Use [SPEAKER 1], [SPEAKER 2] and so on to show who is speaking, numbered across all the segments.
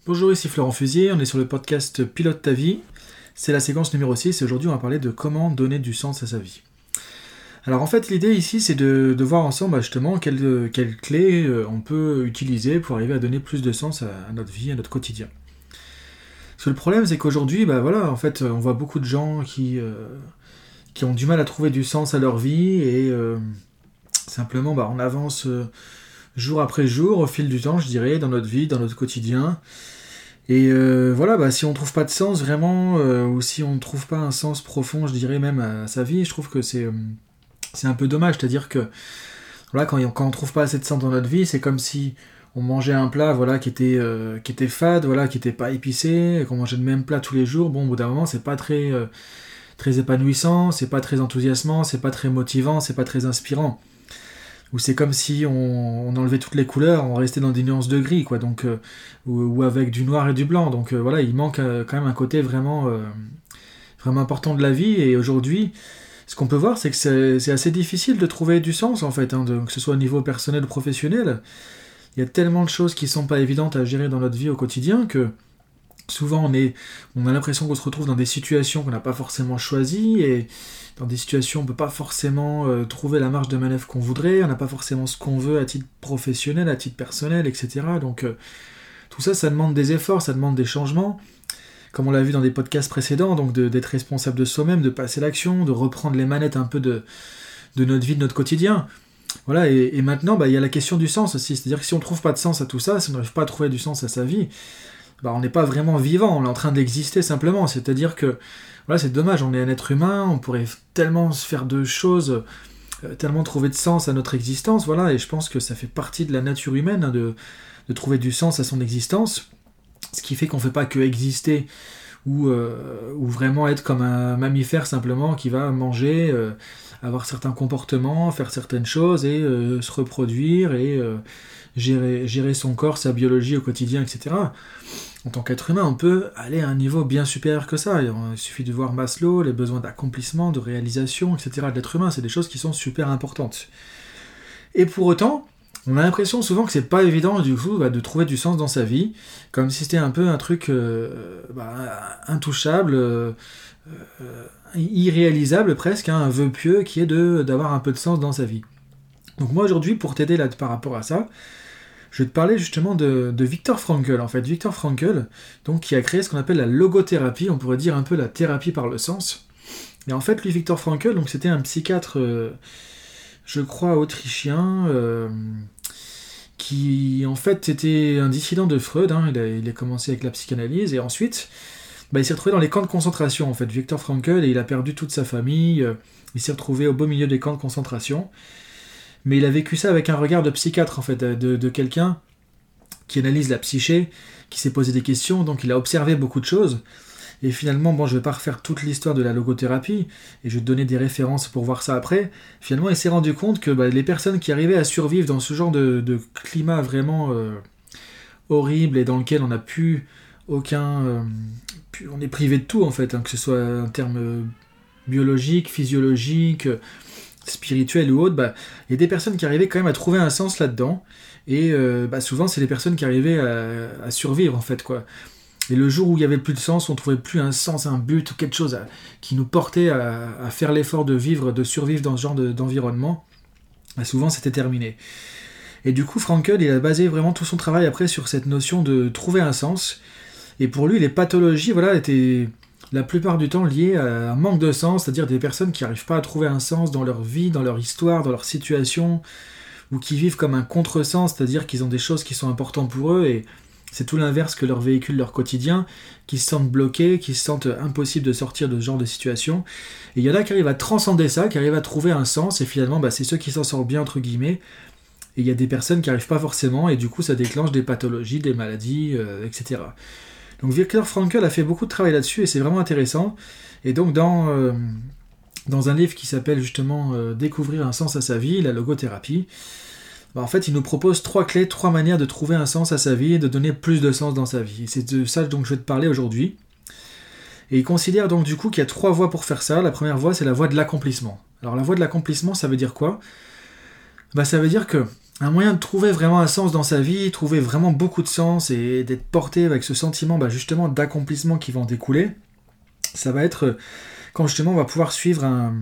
[SPEAKER 1] Bonjour, ici Florent Fusier, on est sur le podcast Pilote ta vie. C'est la séquence numéro 6 et aujourd'hui on va parler de comment donner du sens à sa vie. Alors en fait l'idée ici c'est de voir ensemble justement quelles clés on peut utiliser pour arriver à donner plus de sens à notre vie, à notre quotidien. Parce que le problème c'est qu'aujourd'hui en fait on voit beaucoup de gens qui ont du mal à trouver du sens à leur vie et simplement on avance jour après jour au fil du temps je dirais dans notre vie, dans notre quotidien. Et si on trouve pas de sens vraiment, ou si on ne trouve pas un sens profond, je dirais même à sa vie, je trouve que c'est un peu dommage. C'est-à-dire que quand on trouve pas assez de sens dans notre vie, c'est comme si on mangeait un plat qui était fade, qui était pas épicé, qu'on mangeait le même plat tous les jours. Bon, au bout d'un moment, c'est pas très épanouissant, c'est pas très enthousiasmant, c'est pas très motivant, c'est pas très inspirant. Ou c'est comme si on enlevait toutes les couleurs, on restait dans des nuances de gris, quoi, donc, ou avec du noir et du blanc. Donc il manque quand même un côté vraiment important de la vie. Et aujourd'hui, ce qu'on peut voir, c'est que c'est assez difficile de trouver du sens, en fait, que ce soit au niveau personnel ou professionnel. Il y a tellement de choses qui sont pas évidentes à gérer dans notre vie au quotidien que souvent on a l'impression qu'on se retrouve dans des situations qu'on n'a pas forcément choisies, et dans des situations où on ne peut pas forcément trouver la marge de manœuvre qu'on voudrait, on n'a pas forcément ce qu'on veut à titre professionnel, à titre personnel, etc. Donc tout ça, ça demande des efforts, ça demande des changements, comme on l'a vu dans des podcasts précédents, donc d'être responsable de soi-même, de passer à l'action, de reprendre les manettes un peu de notre vie, de notre quotidien. Voilà, et maintenant, il y a la question du sens aussi, c'est-à-dire que si on ne trouve pas de sens à tout ça, si on n'arrive pas à trouver du sens à sa vie, on n'est pas vraiment vivant, on est en train d'exister simplement, c'est-à-dire que c'est dommage, on est un être humain, on pourrait tellement se faire de choses, tellement trouver de sens à notre existence, et je pense que ça fait partie de la nature humaine de trouver du sens à son existence, ce qui fait qu'on ne fait pas que exister ou vraiment être comme un mammifère simplement qui va manger, avoir certains comportements, faire certaines choses et se reproduire et gérer son corps, sa biologie au quotidien, etc. En tant qu'être humain, on peut aller à un niveau bien supérieur que ça. Il suffit de voir Maslow, les besoins d'accomplissement, de réalisation, etc. de l'être humain, c'est des choses qui sont super importantes. Et pour autant, on a l'impression souvent que c'est pas évident du coup de trouver du sens dans sa vie, comme si c'était un peu un truc intouchable, irréalisable presque, un vœu pieux qui est d'avoir un peu de sens dans sa vie. Donc moi aujourd'hui, pour t'aider là par rapport à ça, je vais te parler justement de Viktor Frankl. En fait, Viktor Frankl, donc, qui a créé ce qu'on appelle la logothérapie, on pourrait dire un peu la thérapie par le sens. Et en fait, lui, Viktor Frankl, donc, c'était un psychiatre, je crois, autrichien, qui en fait était un dissident de Freud. Il a commencé avec la psychanalyse, et ensuite, il s'est retrouvé dans les camps de concentration, en fait, Viktor Frankl, et il a perdu toute sa famille, il s'est retrouvé au beau milieu des camps de concentration. Mais il a vécu ça avec un regard de psychiatre, en fait, de quelqu'un qui analyse la psyché, qui s'est posé des questions, donc il a observé beaucoup de choses. Et finalement, je ne vais pas refaire toute l'histoire de la logothérapie, et je vais te donner des références pour voir ça après. Finalement, il s'est rendu compte que les personnes qui arrivaient à survivre dans ce genre de climat vraiment horrible, et dans lequel on n'a plus aucun... on est privé de tout, en fait, que ce soit en termes biologiques, physiologiques... spirituel ou autre, il y a des personnes qui arrivaient quand même à trouver un sens là-dedans, et souvent c'est les personnes qui arrivaient à survivre en fait, quoi. Et le jour où il y avait plus de sens, on trouvait plus un sens, un but, ou quelque chose qui nous portait à faire l'effort de vivre, de survivre dans ce genre d'environnement, souvent c'était terminé. Et du coup Frankl, il a basé vraiment tout son travail après sur cette notion de trouver un sens, et pour lui les pathologies étaient la plupart du temps liées à un manque de sens, c'est-à-dire des personnes qui n'arrivent pas à trouver un sens dans leur vie, dans leur histoire, dans leur situation, ou qui vivent comme un contresens, c'est-à-dire qu'ils ont des choses qui sont importantes pour eux, et c'est tout l'inverse que leur véhicule, leur quotidien, qui se sentent bloqués, qui se sentent impossible de sortir de ce genre de situation. Et il y en a qui arrivent à transcender ça, qui arrivent à trouver un sens, et finalement c'est ceux qui s'en sortent bien, entre guillemets, et il y a des personnes qui n'arrivent pas forcément, et du coup ça déclenche des pathologies, des maladies, etc. Donc Viktor Frankl a fait beaucoup de travail là-dessus et c'est vraiment intéressant. Et donc dans un livre qui s'appelle justement Découvrir un sens à sa vie, la logothérapie, en fait il nous propose 3 clés, 3 manières de trouver un sens à sa vie et de donner plus de sens dans sa vie. Et c'est de ça dont je vais te parler aujourd'hui. Et il considère donc du coup qu'il y a 3 voies pour faire ça. La première voie, c'est la voie de l'accomplissement. Alors la voie de l'accomplissement, ça veut dire quoi ? Ça veut dire que un moyen de trouver vraiment un sens dans sa vie, trouver vraiment beaucoup de sens et d'être porté avec ce sentiment justement d'accomplissement qui va en découler, ça va être quand justement on va pouvoir suivre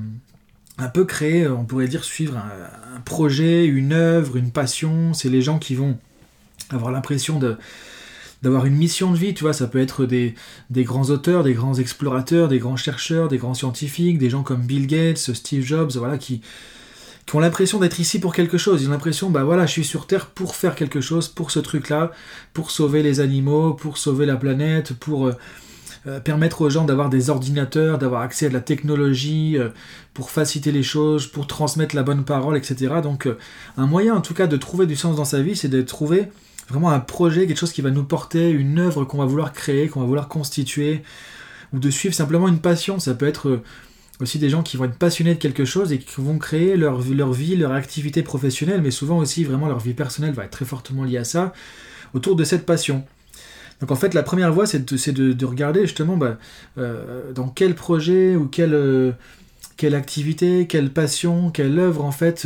[SPEAKER 1] un peu créer, on pourrait dire suivre un projet, une œuvre, une passion. C'est les gens qui vont avoir l'impression d'avoir une mission de vie, tu vois, ça peut être des grands auteurs, des grands explorateurs, des grands chercheurs, des grands scientifiques, des gens comme Bill Gates, Steve Jobs, voilà, qui ont l'impression d'être ici pour quelque chose. Ils ont l'impression, je suis sur Terre pour faire quelque chose, pour ce truc-là, pour sauver les animaux, pour sauver la planète, pour permettre aux gens d'avoir des ordinateurs, d'avoir accès à de la technologie, pour faciliter les choses, pour transmettre la bonne parole, etc. Donc, un moyen, en tout cas, de trouver du sens dans sa vie, c'est de trouver vraiment un projet, quelque chose qui va nous porter, une œuvre qu'on va vouloir créer, qu'on va vouloir constituer, ou de suivre simplement une passion. Ça peut être aussi des gens qui vont être passionnés de quelque chose et qui vont créer leur vie, leur activité professionnelle, mais souvent aussi vraiment leur vie personnelle va être très fortement liée à ça, autour de cette passion. Donc en fait la première voie c'est de regarder justement dans quel projet ou quelle activité, quelle passion, quelle œuvre en fait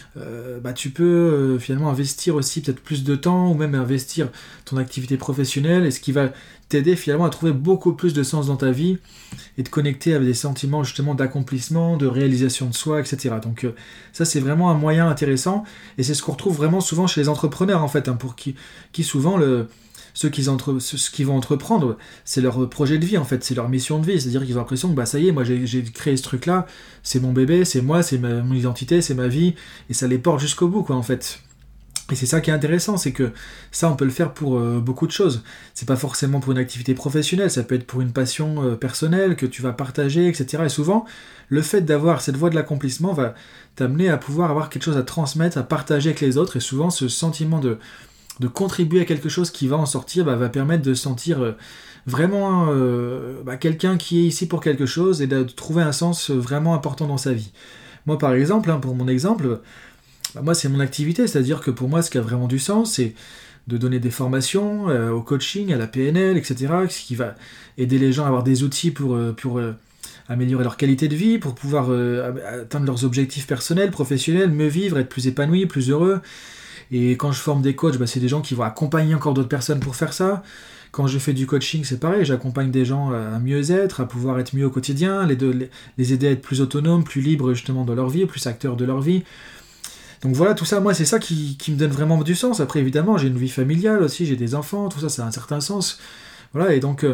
[SPEAKER 1] tu peux finalement investir aussi peut-être plus de temps ou même investir ton activité professionnelle, et ce qui va t'aider finalement à trouver beaucoup plus de sens dans ta vie et de connecter avec des sentiments justement d'accomplissement, de réalisation de soi, etc. Donc ça c'est vraiment un moyen intéressant, et c'est ce qu'on retrouve vraiment souvent chez les entrepreneurs en fait, pour qui souvent ceux qui vont entreprendre, c'est leur projet de vie en fait, c'est leur mission de vie, c'est-à-dire qu'ils ont l'impression que ça y est, moi j'ai créé ce truc-là, c'est mon bébé, c'est moi, c'est mon identité, c'est ma vie, et ça les porte jusqu'au bout quoi en fait. Et c'est ça qui est intéressant, c'est que ça on peut le faire pour beaucoup de choses. C'est pas forcément pour une activité professionnelle, ça peut être pour une passion personnelle que tu vas partager, etc. Et souvent, le fait d'avoir cette voie de l'accomplissement va t'amener à pouvoir avoir quelque chose à transmettre, à partager avec les autres, et souvent ce sentiment de contribuer à quelque chose qui va en sortir va permettre de sentir vraiment quelqu'un qui est ici pour quelque chose et de trouver un sens vraiment important dans sa vie. Moi par exemple, pour mon exemple, moi c'est mon activité, c'est-à-dire que pour moi ce qui a vraiment du sens c'est de donner des formations au coaching, à la PNL, etc., ce qui va aider les gens à avoir des outils pour améliorer leur qualité de vie, pour pouvoir atteindre leurs objectifs personnels, professionnels, mieux vivre, être plus épanoui, plus heureux. Et quand je forme des coachs, c'est des gens qui vont accompagner encore d'autres personnes pour faire ça. Quand je fais du coaching, c'est pareil, j'accompagne des gens à mieux être, à pouvoir être mieux au quotidien, les aider à être plus autonomes, plus libres justement dans leur vie, plus acteurs de leur vie. Donc voilà, tout ça, moi c'est ça qui me donne vraiment du sens. Après évidemment, j'ai une vie familiale aussi, j'ai des enfants, tout ça, ça a un certain sens. Voilà, et donc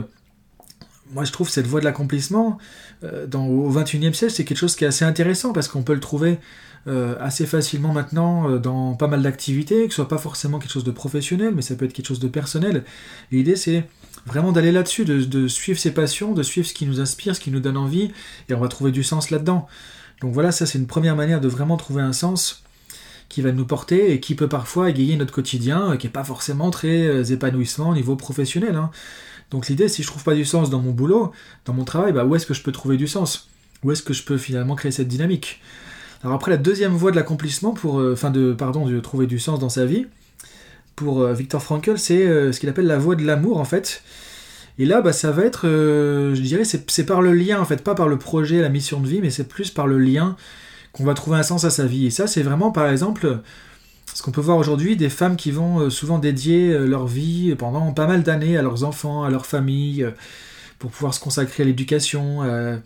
[SPEAKER 1] moi je trouve cette voie de l'accomplissement au XXIe siècle, c'est quelque chose qui est assez intéressant parce qu'on peut le trouver assez facilement maintenant dans pas mal d'activités, que ce soit pas forcément quelque chose de professionnel, mais ça peut être quelque chose de personnel. Et l'idée c'est vraiment d'aller là-dessus, de suivre ses passions, de suivre ce qui nous inspire, ce qui nous donne envie, et on va trouver du sens là-dedans. Donc voilà, ça c'est une première manière de vraiment trouver un sens qui va nous porter et qui peut parfois égayer notre quotidien, qui n'est pas forcément très épanouissant au niveau professionnel. Donc l'idée, si je trouve pas du sens dans mon boulot, dans mon travail, où est-ce que je peux trouver du sens ? Où est-ce que je peux finalement créer cette dynamique ? Alors après, la deuxième voie de l'accomplissement, de trouver du sens dans sa vie, pour Viktor Frankl, c'est ce qu'il appelle la voie de l'amour en fait. Et là, ça va être, je dirais, c'est par le lien en fait, pas par le projet, la mission de vie, mais c'est plus par le lien qu'on va trouver un sens à sa vie. Et ça, c'est vraiment, par exemple, ce qu'on peut voir aujourd'hui, des femmes qui vont souvent dédier leur vie pendant pas mal d'années à leurs enfants, à leur famille, pour pouvoir se consacrer à l'éducation,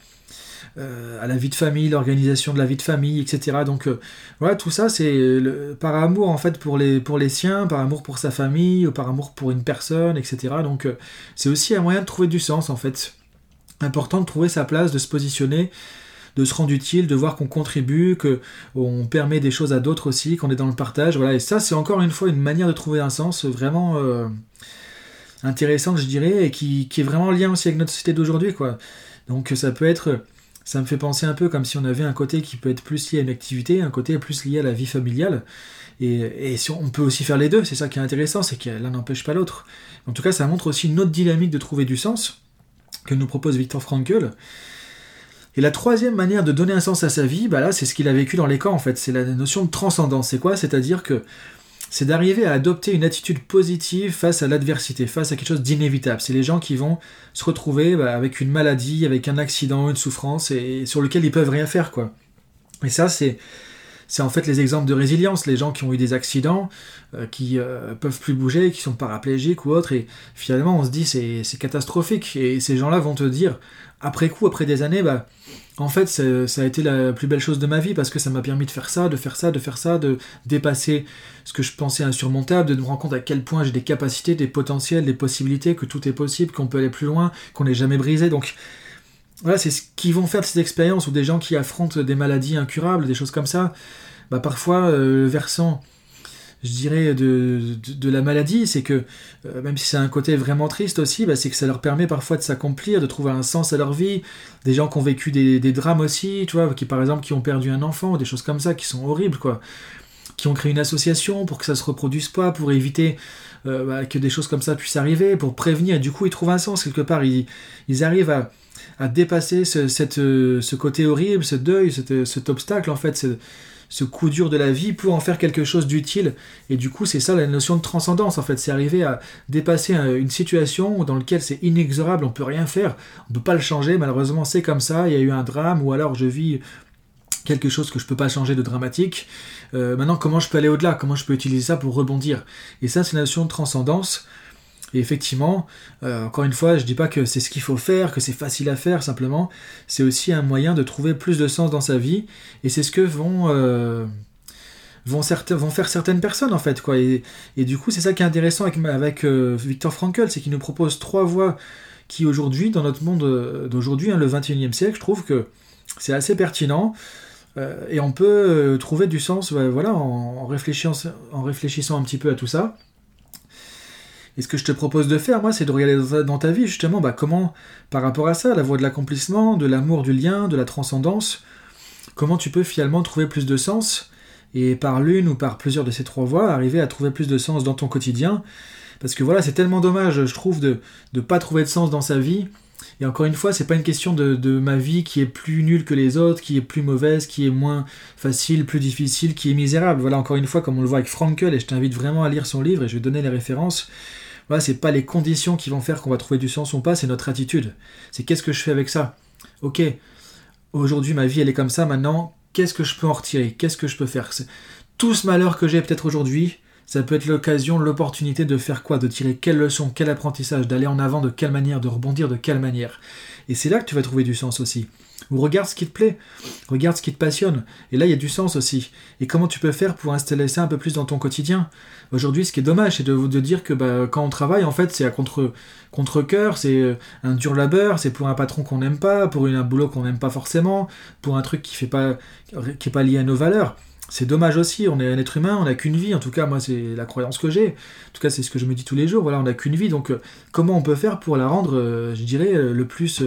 [SPEAKER 1] à la vie de famille, l'organisation de la vie de famille, etc. Donc voilà, tout ça, c'est par amour en fait pour les siens, par amour pour sa famille, ou par amour pour une personne, etc. Donc c'est aussi un moyen de trouver du sens en fait. Important de trouver sa place, de se positionner, de se rendre utile, de voir qu'on contribue, qu'on permet des choses à d'autres aussi, qu'on est dans le partage. Voilà. Et ça, c'est encore une fois une manière de trouver un sens vraiment intéressante, je dirais, et qui est vraiment en lien aussi avec notre société d'aujourd'hui, quoi. Donc ça peut être... Ça me fait penser un peu comme si on avait un côté qui peut être plus lié à une activité, un côté plus lié à la vie familiale. Et si on peut aussi faire les deux, c'est ça qui est intéressant, c'est que l'un n'empêche pas l'autre. En tout cas, ça montre aussi une autre dynamique de trouver du sens que nous propose Viktor Frankl. Et la troisième manière de donner un sens à sa vie, là, c'est ce qu'il a vécu dans les camps, en fait. C'est la notion de transcendance. C'est quoi ? C'est-à-dire que c'est d'arriver à adopter une attitude positive face à l'adversité, face à quelque chose d'inévitable. C'est les gens qui vont se retrouver avec une maladie, avec un accident, une souffrance, et sur lequel ils peuvent rien faire, quoi. Et ça, c'est c'est en fait les exemples de résilience, les gens qui ont eu des accidents, qui peuvent plus bouger, qui sont paraplégiques ou autres, et finalement on se dit c'est catastrophique, et ces gens-là vont te dire, après coup, après des années, bah en fait ça a été la plus belle chose de ma vie, parce que ça m'a permis de faire ça, de faire ça, de faire ça, de dépasser ce que je pensais insurmontable, de me rendre compte à quel point j'ai des capacités, des potentiels, des possibilités, que tout est possible, qu'on peut aller plus loin, qu'on n'est jamais brisé, donc voilà, c'est ce qu'ils vont faire de ces expériences, ou des gens qui affrontent des maladies incurables, des choses comme ça. Bah parfois, le versant, je dirais, de la maladie, c'est que, même si c'est un côté vraiment triste aussi, bah, c'est que ça leur permet parfois de s'accomplir, de trouver un sens à leur vie. Des gens qui ont vécu des drames aussi, tu vois, qui par exemple qui ont perdu un enfant, ou des choses comme ça, qui sont horribles, quoi. Qui ont créé une association pour que ça se reproduise pas, pour éviter que des choses comme ça puissent arriver, pour prévenir, et du coup ils trouvent un sens quelque part, ils arrivent à dépasser ce côté horrible, ce deuil, cet obstacle en fait, ce coup dur de la vie pour en faire quelque chose d'utile. Et du coup c'est ça la notion de transcendance en fait, c'est arriver à dépasser une situation dans laquelle c'est inexorable, on peut rien faire, on peut pas le changer, malheureusement c'est comme ça, il y a eu un drame, ou alors je vis quelque chose que je peux pas changer de dramatique. Maintenant, comment je peux aller au-delà? Comment je peux utiliser ça pour rebondir? Et ça, c'est la notion de transcendance. Et effectivement, encore une fois, je dis pas que c'est ce qu'il faut faire, que c'est facile à faire, simplement. C'est aussi un moyen de trouver plus de sens dans sa vie. Et c'est ce que vont faire certaines personnes, en fait, quoi. Et du coup, c'est ça qui est intéressant avec Viktor Frankl, c'est qu'il nous propose 3 voies qui, aujourd'hui, dans notre monde d'aujourd'hui, le 21e siècle, je trouve que c'est assez pertinent. Et on peut trouver du sens voilà, en réfléchissant un petit peu à tout ça. Et ce que je te propose de faire, moi, c'est de regarder dans ta vie, justement, comment, par rapport à ça, la voie de l'accomplissement, de l'amour, du lien, de la transcendance, comment tu peux finalement trouver plus de sens, et par l'une ou par plusieurs de ces 3 voies, arriver à trouver plus de sens dans ton quotidien. Parce que voilà, c'est tellement dommage, je trouve, de pas trouver de sens dans sa vie. Et encore une fois, c'est pas une question de ma vie qui est plus nulle que les autres, qui est plus mauvaise, qui est moins facile, plus difficile, qui est misérable. Voilà, encore une fois, comme on le voit avec Frankl, et je t'invite vraiment à lire son livre, et je vais donner les références. Voilà, c'est pas les conditions qui vont faire qu'on va trouver du sens ou pas, c'est notre attitude. C'est qu'est-ce que je fais avec ça? Ok, aujourd'hui ma vie elle est comme ça, maintenant, qu'est-ce que je peux en retirer? Qu'est-ce que je peux faire? Tout ce malheur que j'ai peut-être aujourd'hui, ça peut être l'occasion, l'opportunité de faire quoi? De tirer quelle leçon, quel apprentissage, d'aller en avant de quelle manière, de rebondir de quelle manière. Et c'est là que tu vas trouver du sens aussi. Ou regarde ce qui te plaît, regarde ce qui te passionne. Et là, il y a du sens aussi. Et comment tu peux faire pour installer ça un peu plus dans ton quotidien? Aujourd'hui, ce qui est dommage, c'est de dire que quand on travaille, en fait, c'est à contre-cœur, c'est un dur labeur, c'est pour un patron qu'on n'aime pas, pour un boulot qu'on n'aime pas forcément, pour un truc qui est pas lié à nos valeurs. C'est dommage aussi, on est un être humain, on n'a qu'une vie, en tout cas moi c'est la croyance que j'ai, en tout cas c'est ce que je me dis tous les jours, voilà, on n'a qu'une vie, donc comment on peut faire pour la rendre, je dirais, le plus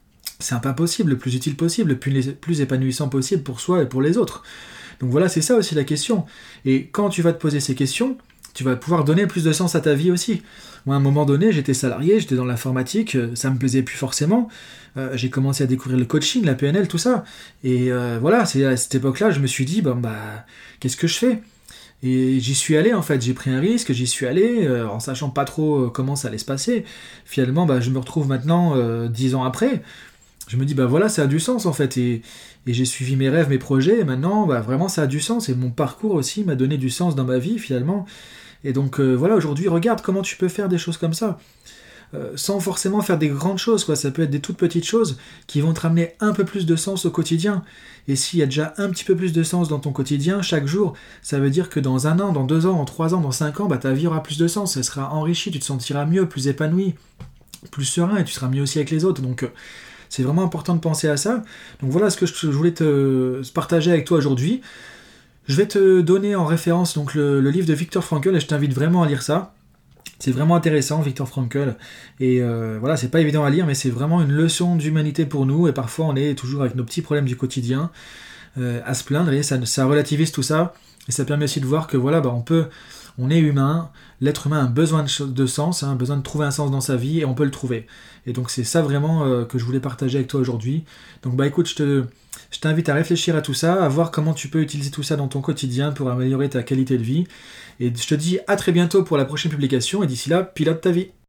[SPEAKER 1] sympa possible, le plus utile possible, le plus épanouissant possible pour soi et pour les autres. Donc voilà, c'est ça aussi la question. Et quand tu vas te poser ces questions, tu vas pouvoir donner plus de sens à ta vie aussi. Moi, à un moment donné, j'étais salarié, j'étais dans l'informatique, ça me plaisait plus forcément. J'ai commencé à découvrir le coaching, la PNL, tout ça. Et voilà, c'est à cette époque-là, je me suis dit, qu'est-ce que je fais? Et j'y suis allé, en fait, j'ai pris un risque, j'y suis allé, en sachant pas trop comment ça allait se passer. Finalement, je me retrouve maintenant, 10 ans après, je me dis, voilà, ça a du sens, en fait. Et j'ai suivi mes rêves, mes projets, et maintenant, vraiment, ça a du sens. Et mon parcours aussi m'a donné du sens dans ma vie, finalement. Et donc, voilà, aujourd'hui, regarde comment tu peux faire des choses comme ça. Sans forcément faire des grandes choses, quoi. Ça peut être des toutes petites choses qui vont te ramener un peu plus de sens au quotidien. Et s'il y a déjà un petit peu plus de sens dans ton quotidien, chaque jour, ça veut dire que dans 1 an, dans 2 ans, dans 3 ans, dans 5 ans, ta vie aura plus de sens, elle sera enrichie, tu te sentiras mieux, plus épanoui, plus serein, et tu seras mieux aussi avec les autres. Donc, c'est vraiment important de penser à ça. Donc voilà ce que je voulais te partager avec toi aujourd'hui. Je vais te donner en référence donc le livre de Viktor Frankl, et je t'invite vraiment à lire ça. C'est vraiment intéressant, Viktor Frankl, et voilà, c'est pas évident à lire, mais c'est vraiment une leçon d'humanité pour nous, et parfois on est toujours avec nos petits problèmes du quotidien à se plaindre, et ça relativise tout ça, et ça permet aussi de voir que voilà, on est humain, l'être humain a besoin de sens, besoin de trouver un sens dans sa vie, et on peut le trouver. Et donc c'est ça vraiment que je voulais partager avec toi aujourd'hui. Donc écoute, je t'invite à réfléchir à tout ça, à voir comment tu peux utiliser tout ça dans ton quotidien pour améliorer ta qualité de vie. Et je te dis à très bientôt pour la prochaine publication, et d'ici là, pilote ta vie.